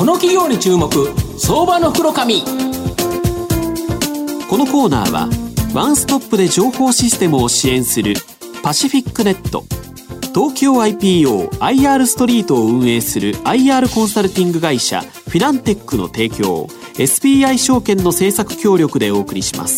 この企業に注目、相場の袋紙。 このコーナーはワンストップで情報システムを支援するパシフィックネット、東京 IPO、IR ストリートを運営する IR コンサルティング会社フィナンテックの提供、SBI 証券の政策協力でお送りします。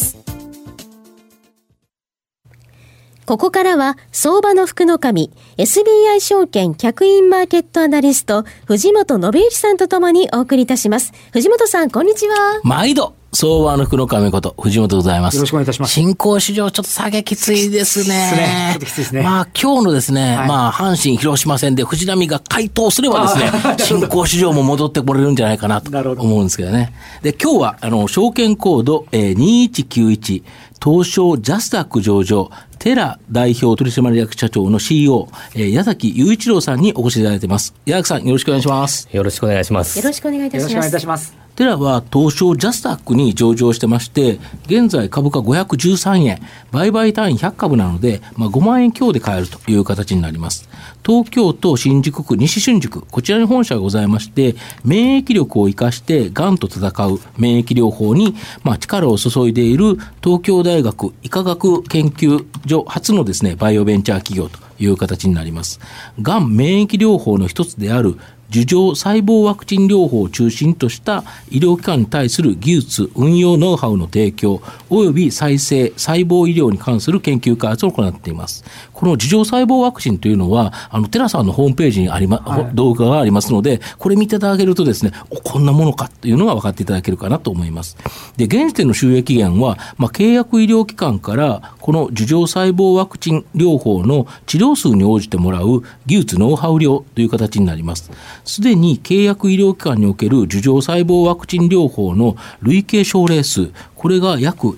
ここからは相場の福の神 SBI 証券客員マーケットアナリスト藤本信之さんとともにお送りいたします。藤本さん、こんにちは。 毎度相場の福の神こと藤本でございます。 よろしくお願いいたします。 新興市場ちょっと下げきついですね。 ちょっときついですね。 今日のですね、 はい、 阪神広島戦で藤浪が回答すればですね、新興市場も戻ってこれるんじゃないかなと思うんですけどね。で、今日は証券コード、2191東証ジャスダック上場テラ代表取締役社長の CEO、矢崎雄一郎さんにお越しいただいています。矢崎さん、よろしくお願いします。 よろしくお願いします。 よろしくお願いいたします。 よろしくお願いいたします。 テラは東証ジャスダックに上場してまして、現在株価513円、売買単位100株なので、5万円強で買えるという形になります。東京都新宿区西新宿、こちらに本社がございまして、免疫力を生かしてがんと戦う免疫療法に、力を注いでいる東京大学医科学研究所初のですね、バイオベンチャー企業という形になります。がん免疫療法の一つである樹状細胞ワクチン療法を中心とした医療機関に対する技術、運用ノウハウの提供および再生、細胞医療に関する研究開発を行っています。この樹状細胞ワクチンというのはテラさんのホームページに動画がありますので、これ見ていただけるとですね、こんなものかというのが分かっていただけるかなと思います。で、現時点の収益源は、契約医療機関からこの樹状細胞ワクチン療法の治療数に応じてもらう技術ノウハウ料という形になります。すでに契約医療機関における樹状細胞ワクチン療法の累計症例数、これが約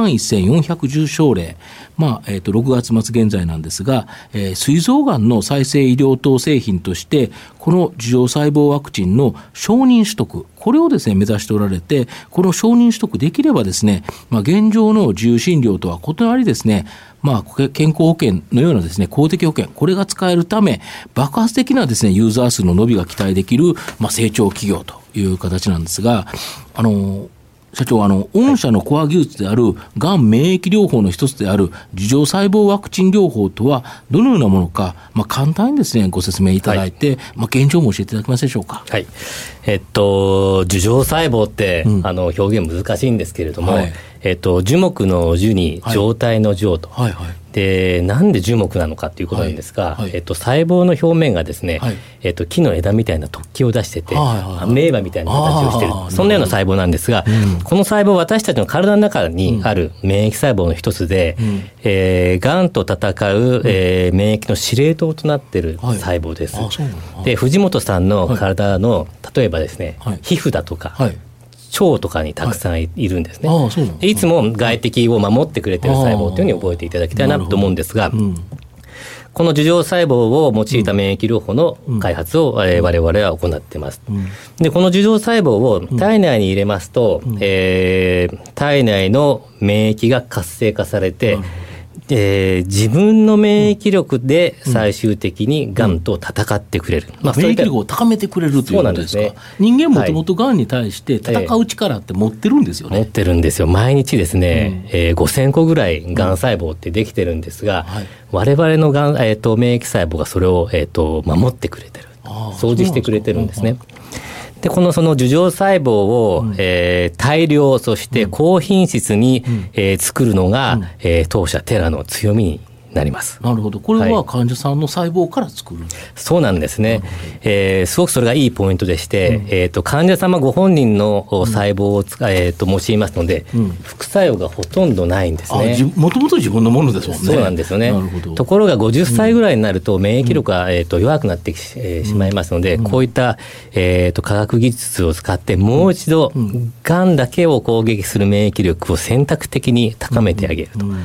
11,410症例、6月末現在なんですが、膵臓がんの再生医療等製品としてこの樹状細胞ワクチンの承認取得、これをですね目指しておられて、この承認取得できればですね、現状の自由診療とは異なりですね、健康保険のようなですね、公的保険、これが使えるため爆発的なですねユーザー数の伸びが期待できる、成長企業という形なんですが、社長、御社のコア技術であるがん免疫療法の一つである樹状細胞ワクチン療法とはどのようなものか、簡単にですねご説明いただいて、現状も教えていただけますでしょうか。 はい。樹状細胞って、表現難しいんですけれども、樹木の樹に状態の状と、で、なんで樹木なのかということなんですが、細胞の表面がですね、木の枝みたいな突起を出してて、名馬みたいな形をしている、そんなような細胞なんですが、この細胞は私たちの体の中にある免疫細胞の一つで、がんと戦う、免疫の司令塔となっている細胞です。で、藤本さんの体の例えばですね、皮膚だとか、腸とかにたくさんいるんですね。で、いつも外敵を守ってくれている細胞というふうに覚えていただきたいなと思うんですが、この樹状細胞を用いた免疫療法の開発を、我々は行っています。で、この樹状細胞を体内に入れますと、体内の免疫が活性化されて、自分の免疫力で最終的にがんと戦ってくれる、 免疫力を高めてくれるということですか。そうなんですね。人間もともとがんに対して戦う力って持ってるんですよね。 持ってるんですよ。毎日ですね、5000個ぐらいがん細胞ってできてるんですが、我々のがん、免疫細胞がそれを、守ってくれてる、掃除してくれてるんですね。で、その樹状細胞を、大量、そして高品質に、作るのが、当社テラの強みになります。 なるほど。これは患者さんの細胞から作る、 そうなんですね。すごくそれがいいポイントでして、患者様ご本人の細胞を用いますので、副作用がほとんどないんですね。 もともと自分のものですもんね。 そうなんですよね。ところが50歳ぐらいになると免疫力が、弱くなってしまいますので、こういった、科学技術を使ってもう一度、がんだけを攻撃する免疫力を選択的に高めてあげると。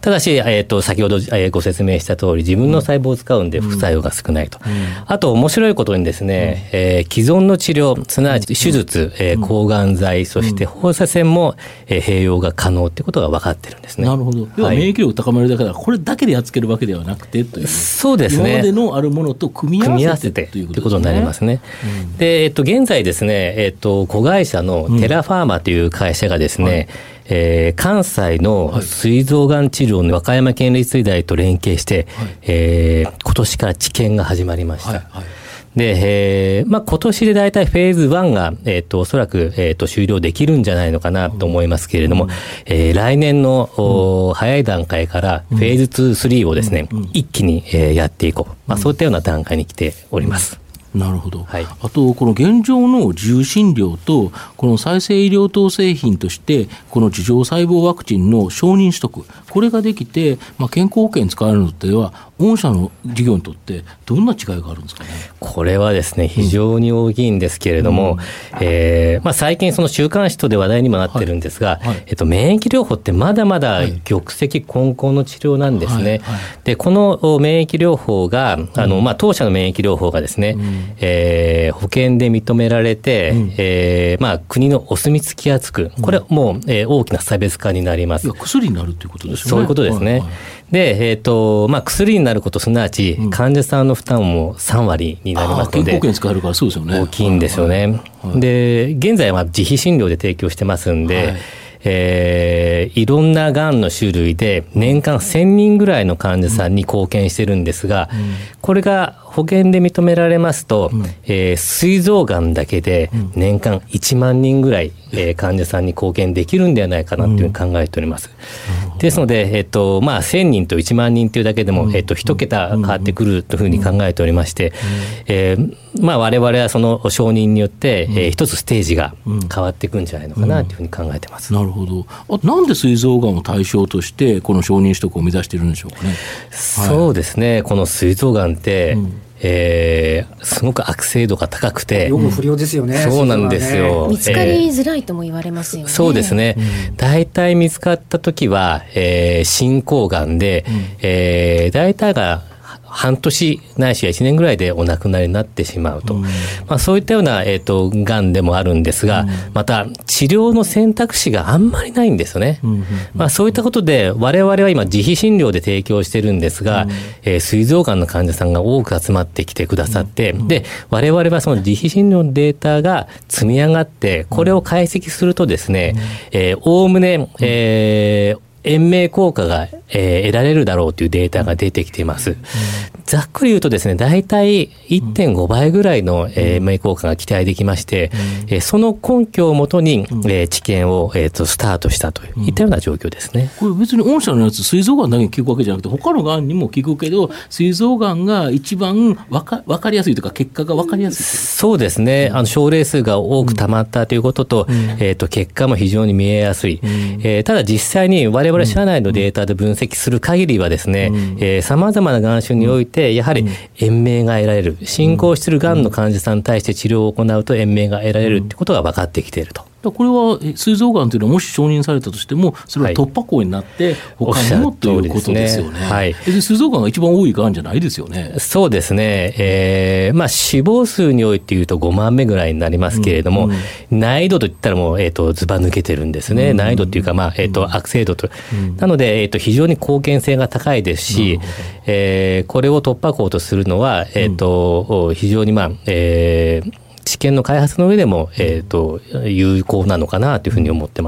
ただし、先ほど、ご説明した通り自分の細胞を使うんで副作用が少ないと、あと面白いことにですね、既存の治療すなわち手術、抗がん剤そして放射線も、併用が可能ということが分かってるんですね。 なるほど。要は免疫力を高めるだけだから、これだけでやっつけるわけではなくてという、 そうですね、 今までのあるものと組み合わせてということになりますね。 で、現在ですね、子会社のテラファーマという会社がですね、関西の膵臓がん治療の和歌山県立医大と連携して、今年から治験が始まりました。で、今年で大体フェーズ1が、おそらく、終了できるんじゃないのかなと思いますけれども、来年の、早い段階からフェーズ2、3をですね、一気に、やっていこう。そういったような段階に来ております。 なるほど、はい、あとこの現状の自由診療とこの再生医療等製品としてこの樹状細胞ワクチンの承認取得、これができて、健康保険使われるのでは御社の事業にとってどんな違いがあるんですかね。 これはですね非常に大きいんですけれども、最近その週刊誌とで話題にもなってるんですが、免疫療法ってまだまだ玉石混交の治療なんですね。でこの免疫療法が当社の免疫療法がですね、保険で認められて、国のお墨付きがつく、これはもう、大きな差別化になります。 薬になるということですね。 そういうことですね。で、薬になることすなわち患者さんの負担も3割になりますので、 健康保険使えるからそうですよね。 大きいんですよね。で現在は自費診療で提供してますんで、いろんながんの種類で年間1000人ぐらいの患者さんに貢献してるんですが、これが保険で認められますと、膵臓がんだけで年間1万人ぐらい、患者さんに貢献できるんではないかなというふうに考えております。ですので、1000人と1万人というだけでも、1桁変わってくるというふうに考えておりまして、我々はその承認によって、一つステージが変わっていくんじゃないのかなというふうに考えてます。 なるほど。なんで膵臓がんを対象としてこの承認取得を目指しているんでしょうかね。 そうですね、この膵臓がんって、すごく悪性度が高くてよく不良ですよね。 そうなんですよ、 見つかりづらいとも言われますよね。 そうですね、大体見つかった時は、進行がんで、大体が半年ないしは1年ぐらいでお亡くなりになってしまうと、そういったような、がんでもあるんですが、また治療の選択肢があんまりないんですよね。そういったことで我々は今自費診療で提供してるんですが、膵臓がんの患者さんが多く集まってきてくださって、で我々はその自費診療のデータが積み上がってこれを解析するとですね、おおむね、延命効果が、得られるだろうというデータが出てきています。ざっくり言うとですね、だいたい 1.5 倍ぐらいの、延命効果が期待できまして、その根拠をもとに、治験を、スタートしたといったような状況ですね。 これ別に御社のやつ膵臓がんだけに効くわけじゃなくて他のがんにも効くけど、膵臓がんが一番分かりやすいというか結果が分かりやすい。 そうですね、症例数が多くたまったということと、結果も非常に見えやすい。ただ実際に我々社内のデータで分析する限りはですね、様々ながん種においてやはり延命が得られる、進行しているがんの患者さんに対して治療を行うと延命が得られるということが分かってきていると。 これは膵臓がんというのはもし承認されたとしてもそれは突破口になって他にもということですよね。膵臓がんが一番多いがんじゃないですよね。 そうですね、死亡数においていうと5万目ぐらいになりますけれども、難易度といったらもう、ずば抜けてるんですね。難易度というか、悪性度と、なので、非常に貢献性が高いですし、これを突破口とするのは、非常に治験の開発の上でも、有効なのかなというふうに思ってます。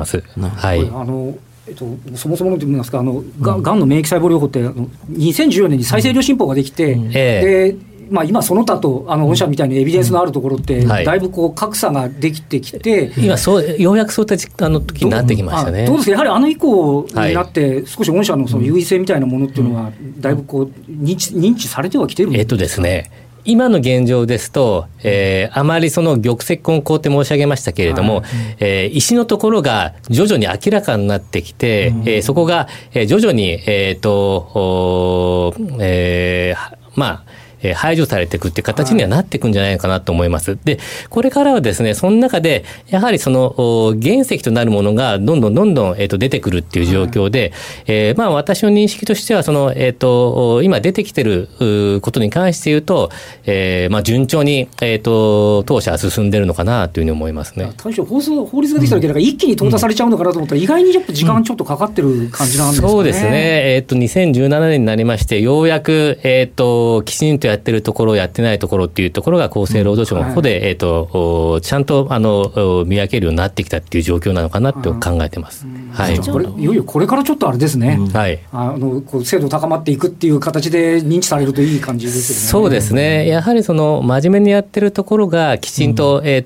そもそものといいますか、がんの免疫細胞療法って2014年に再生医療新法ができて、で今その他と御社みたいにエビデンスのあるところって、だいぶ格差ができてきて、 今ようやくそういった時になってきましたね。 どうですか、やはり以降になって、少し御社のその優位性みたいなものっていうのは、だいぶ認知されてはきてるんですか。 ですね、今の現状ですと、あまりその玉石混交って申し上げましたけれども、石のところが徐々に明らかになってきて、そこが徐々に排除されていくっていう形にはなっていくんじゃないかなと思います。で、これからはですね、その中でやはりその原石となるものがどんどん出てくるっていう状況で、私の認識としてはその今出てきてることに関して言うと、順調に当社は進んでるのかなというふうに思いますね。 大将、法律ができただけだから一気に到達されちゃうのかなと思ったら、意外にちょっと時間ちょっとかかってる感じなんですかね。 そうですね。2017年になりまして、ようやくきちんとやってるところ、やってないところっていうところが厚生労働省の方でちゃんと見分けるようになってきたっていう状況なのかなと考えてます。はい。 これいよいよこれからちょっとあれですね。はい。こう精度高まっていくっていう形で認知されるといい感じですよね。 そうですね。やはりその真面目にやってるところがきちんとい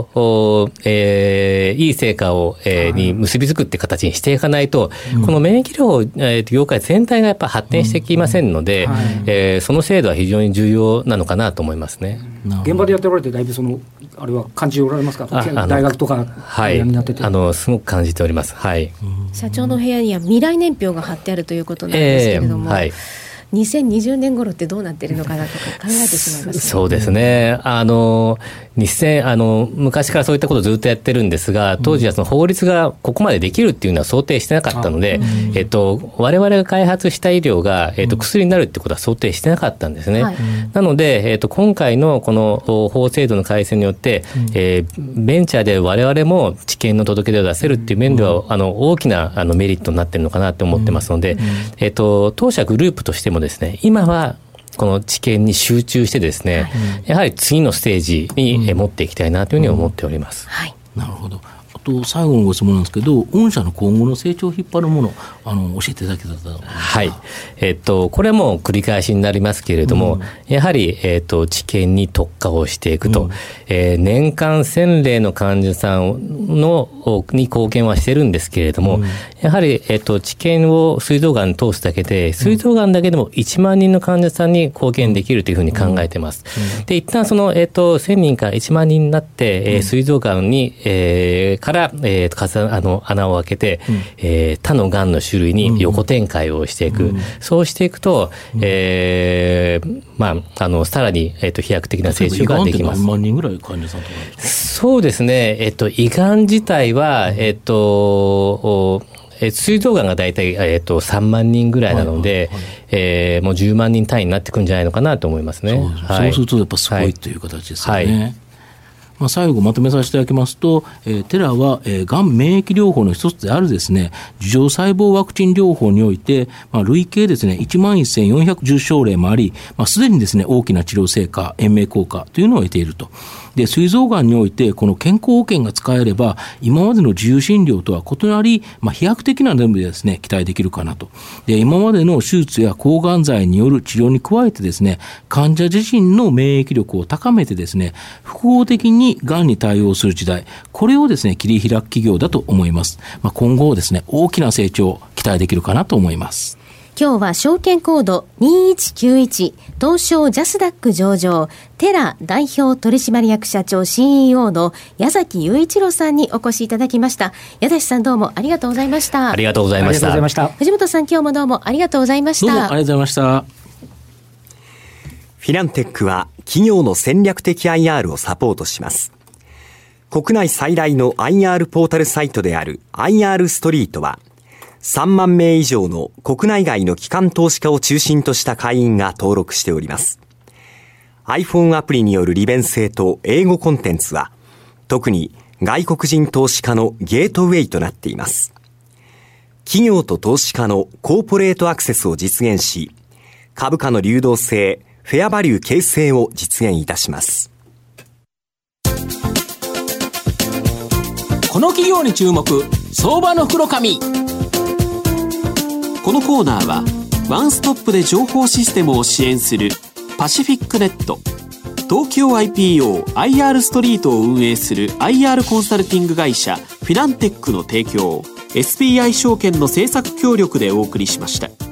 い成果をに結びつくって形にしていかないと、この免疫療法業界全体がやっぱ発展してきませんので、その制度は非常に重要なのかなと思いますね。 現場でやっておられてだいぶあれは感じおられますか。大学とかになってて、 すごく感じております。はい。 社長の部屋には未来年表が貼ってあるということなんですけれども、はい、2020年頃ってどうなってるのかなとか考えてしまいます、ね、 そうですね。昔からそういったことをずっとやってるんですが、当時はその法律がここまでできるっていうのは想定してなかったので、我々が開発した医療が、薬になるってことは想定してなかったんですね。はい、なので、今回のこの法制度の改正によって、ベンチャーで我々も治験の届け出を出せるっていう面では、大きなメリットになってるのかなと思ってますので、当社グループとしてもですね、今はこの知見に集中してですね、やはり次のステージに持っていきたいなというふうに思っております。 はい、なるほど。あと最後のご質問なんですけど、御社の今後の成長を引っ張るもの教えていただけたらと思います。 はい。これも繰り返しになりますけれども、やはり知見に特化をしていくと、年間1000例の患者さんに貢献はしてるんですけれども、やはり知見を膵臓がんに通すだけで、膵臓がんだけでも1万人の患者さんに貢献できるというふうに考えてます。で、一旦その1000人から1万人になって、膵臓がんにから穴を開けて、他のがんの種類に横展開をしていく。そうしていくと、さらに、飛躍的な成長ができます。 何万人ぐらい患者さんとかですか？ そうですね。胃がん自体は、膵臓がんが大体、3万人ぐらいなので、もう10万人単位になってくるんじゃないのかなと思いますね。 そうするとやっぱすごいという形ですよね。最後まとめさせていただきますと、テラは、がん免疫療法の一つであるですね、樹状細胞ワクチン療法において、累計ですね、11,410症例もあり、すでにですね、大きな治療成果、延命効果というのを得ていると。で、膵臓がんにおいて、この健康保険が使えれば、今までの自由診療とは異なり、飛躍的な面でですね、期待できるかなと。で、今までの手術や抗がん剤による治療に加えてですね、患者自身の免疫力を高めてですね、複合的にがんに対応する時代、これをですね、切り開く企業だと思います。今後ですね、大きな成長を期待できるかなと思います。 今日は証券コード2191東証ジャスダック上場テラ代表取締役社長 CEO の矢崎雄一郎さんにお越しいただきました。矢崎さん、どうもありがとうございました。 ありがとうございました。 藤本さん、今日もどうもありがとうございました。 どうもありがとうございました。 フィナンテックは企業の戦略的 IR をサポートします。国内最大の IR ポータルサイトである IR ストリートは3万名以上の国内外の機関投資家を中心とした会員が登録しております。iPhone アプリによる利便性と英語コンテンツは特に外国人投資家のゲートウェイとなっています。企業と投資家のコーポレートアクセスを実現し、株価の流動性、フェアバリュー形成を実現いたします。 この企業に注目、相場の袋紙。 このコーナーはワンストップで情報システムを支援するパシフィックネット、東京 IPO、IR ストリートを運営する IR コンサルティング会社フィナンテックの提供、SBI 証券の政策協力でお送りしました。